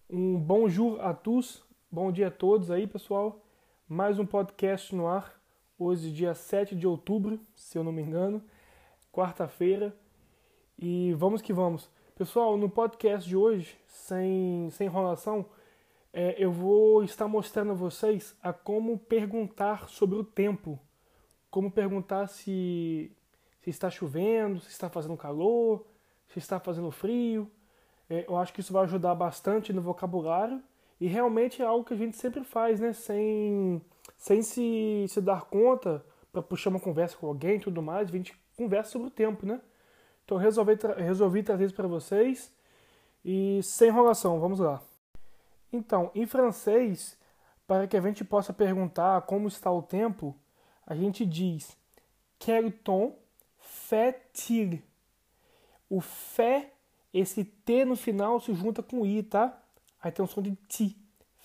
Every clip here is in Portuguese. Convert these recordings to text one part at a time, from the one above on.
Um bonjour à tous, bom dia a todos aí, pessoal. Mais um podcast no ar. Hoje, dia 7 de outubro, se eu não me engano, quarta-feira. E vamos que vamos. Pessoal, no podcast de hoje, sem enrolação, eu vou estar mostrando a vocês a como perguntar sobre o tempo. Como perguntar se está chovendo, se está fazendo calor, se está fazendo frio. Eu acho que isso vai ajudar bastante no vocabulário e realmente é algo que a gente sempre faz, né? Sem se dar conta, para puxar uma conversa com alguém e tudo mais, a gente conversa sobre o tempo, né? Então resolvi trazer isso para vocês e sem enrolação, vamos lá. Então, em francês, para que a gente possa perguntar como está o tempo, a gente diz quel temps fait-il? O fait, esse T no final se junta com I, tá? Aí tem um som de ti.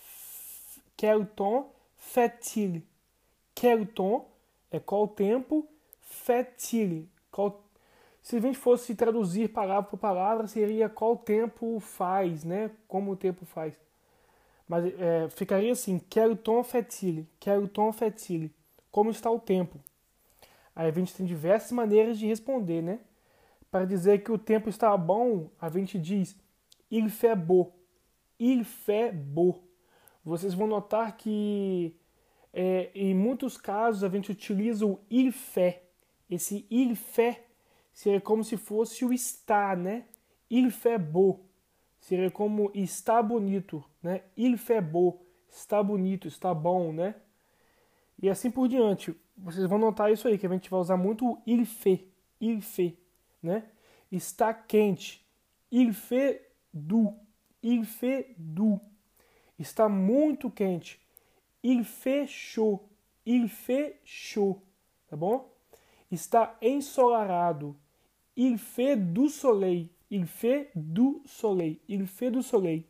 Quel temps fait-il? Quel temps é qual tempo, fait-il? Se a gente fosse traduzir palavra por palavra, seria qual tempo faz, né? Como o tempo faz. Mas ficaria assim, quel temps fait-il? Quel temps fait-il? Como está o tempo? Aí a gente tem diversas maneiras de responder, né? Para dizer que o tempo está bom, a gente diz il fait beau. Il fait beau. Vocês vão notar que em muitos casos a gente utiliza o il fait. Esse il fait seria como se fosse o está, né? Il fait beau. Seria como está bonito, né? Il fait beau. Está bonito, está bom, né? E assim por diante. Vocês vão notar isso aí, que a gente vai usar muito o il fait. Il fait, né? Está quente. Il fait doux. Il fait doux. Está muito quente. Il fait chaud. Il fait chaud. Tá bom? Está ensolarado. Il fait du soleil. Il fait du soleil. Il fait du soleil.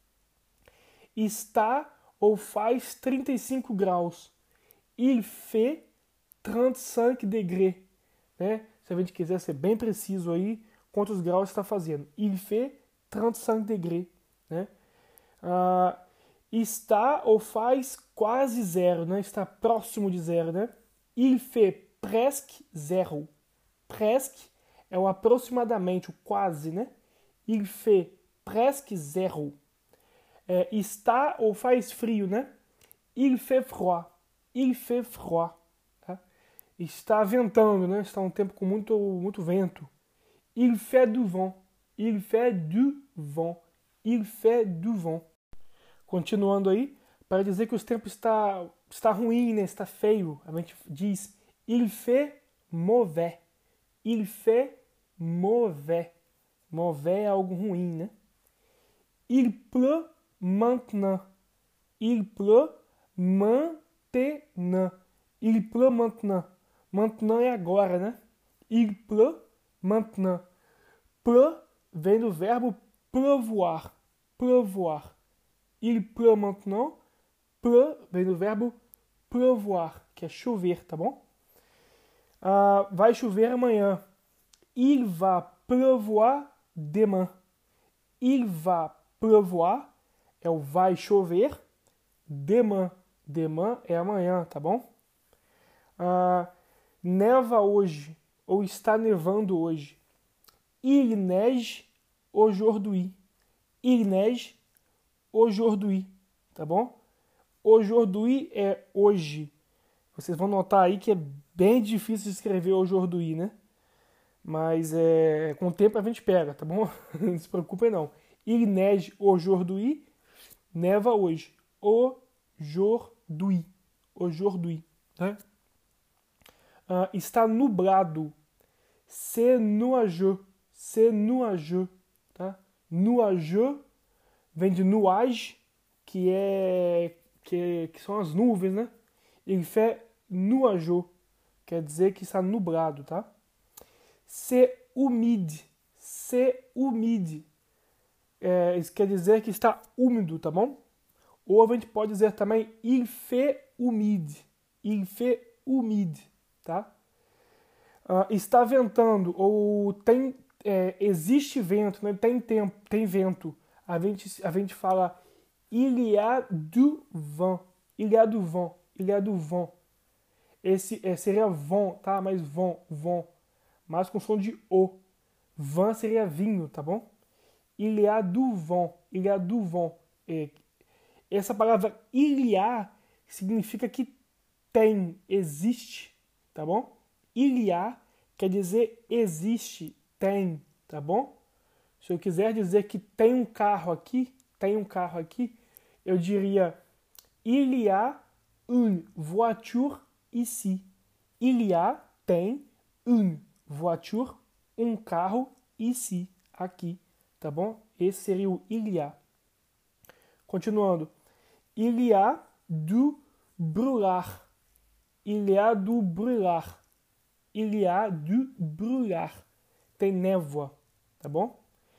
Está ou faz 35 graus. Il fait 35 degrés. Né? Se a gente quiser ser bem preciso aí, quantos graus está fazendo? Il fait 35 degrés. Né? Está ou faz quase zero, né? Está próximo de zero. Né? Il fait presque zero. Presque é o aproximadamente, o quase. Né? Il fait presque zero. Está ou faz frio, né? Il fait froid. Il fait froid. Tá? Está ventando, né? Está um tempo com muito vento. Il fait du vent. Il fait du vent. Il fait du vent. Continuando aí, para dizer que o tempo está ruim, né? Está feio, a gente diz il fait mauvais. Il fait mauvais. Mauvais é algo ruim, né? Il pleut maintenant. Il pleut maintenant. Il pleut maintenant. Maintenant é agora, né? Il pleut maintenant. Pleu vem do verbo pleuvoir. Pleuvoir. Il pleut maintenant. Pleu vem do verbo pleuvoir, que é chover, tá bom? Vai chover amanhã. Il va pleuvoir demain. Il va pleuvoir é o vai chover. Demain. Demain é amanhã, tá bom? Neva hoje, ou está nevando hoje. Il neige aujourd'hui. Il neige aujourd'hui, tá bom? Aujourd'hui é hoje. Vocês vão notar aí que é bem difícil de escrever aujourd'hui, né? Mas com o tempo a gente pega, tá bom? Não se preocupem não. Il neige aujourd'hui, neva hoje. Aujourd'hui. Aujourd'hui, né? Está nublado. C'est nuageux. C'est nuageux, tá? Nuageux vem de nuage, que são as nuvens, né? Il fait nuageux, quer dizer que está nublado, tá? C'est humide. C'est humide. Isso quer dizer que está úmido, tá bom? Ou a gente pode dizer também il fait humide. Il fait humide, tá? Está ventando ou existe vento, né? Tem vento. A gente fala Il y a du vent. Il y a du vent. Il y a du vent. Esse seria vent, tá? Mas vent. Mas com som de O. Vin seria vinho, tá bom? Il y a du vent. Il y a du vent. Essa palavra il y a significa que tem, existe, tá bom? Il y a quer dizer existe, tem, tá bom? Se eu quiser dizer que tem um carro aqui, eu diria il y a une voiture ici. Il y a, tem, une voiture, um carro, ici, aqui, tá bom? Esse seria o il y a. Continuando. Il y a du brouillard. Il y a du brouillard. Il y a du brouillard. Tem névoa, tá bom?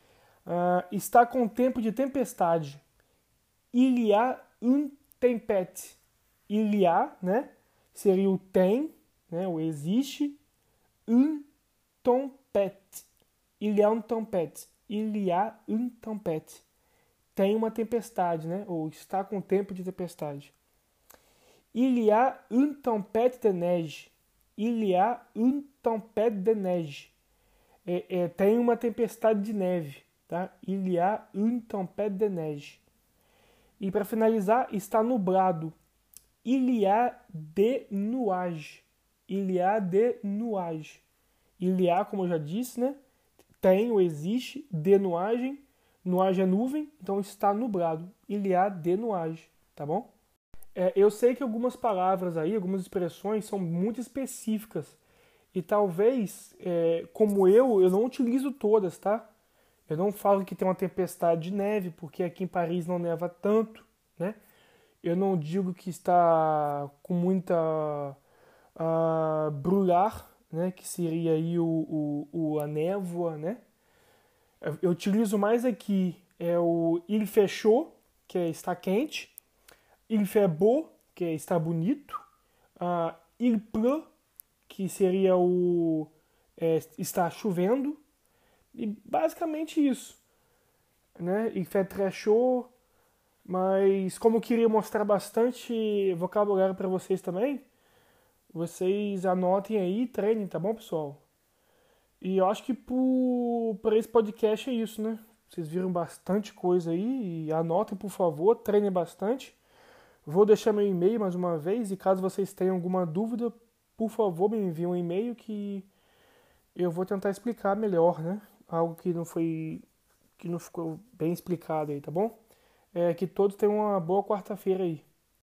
Está com tempo de tempestade. Il y a une tempête. Il y a, né? Seria o tem, né? O existe. Une tempête. Il y a une tempête. Il y a une tempête. Tem uma tempestade, né? Ou está com tempo de tempestade. Il y a une tempête de neige. Il y a une tempête de neige. Tem uma tempestade de neve, tá? Il y a une tempête de neige. E para finalizar, está nublado. Il y a des nuages. Il y a des nuages. Il y a, como eu já disse, né? Tem ou existe, de nuagem. Nuagem é nuvem, então está nublado. Il y a des nuages, tá bom? Eu sei que algumas palavras aí, algumas expressões são muito específicas. E talvez, como eu não utilizo todas, tá? Eu não falo que tem uma tempestade de neve, porque aqui em Paris não neva tanto, né? Eu não digo que está com muita brouillard, né? Que seria aí a névoa, né? Eu utilizo mais aqui o il fait chaud, que é está quente. Il fait beau, que é está bonito. Il pleut, que seria está chovendo. E basicamente isso, né? Il fait très chaud. Mas como eu queria mostrar bastante vocabulário para vocês também, vocês anotem aí e treinem, tá bom, pessoal? E eu acho que para esse podcast é isso, né? Vocês viram bastante coisa aí e anotem, por favor, treinem bastante. Vou deixar meu e-mail mais uma vez e caso vocês tenham alguma dúvida, por favor, me enviem um e-mail que eu vou tentar explicar melhor, né? Algo que não ficou bem explicado aí, tá bom? Que todos tenham uma boa quarta-feira aí.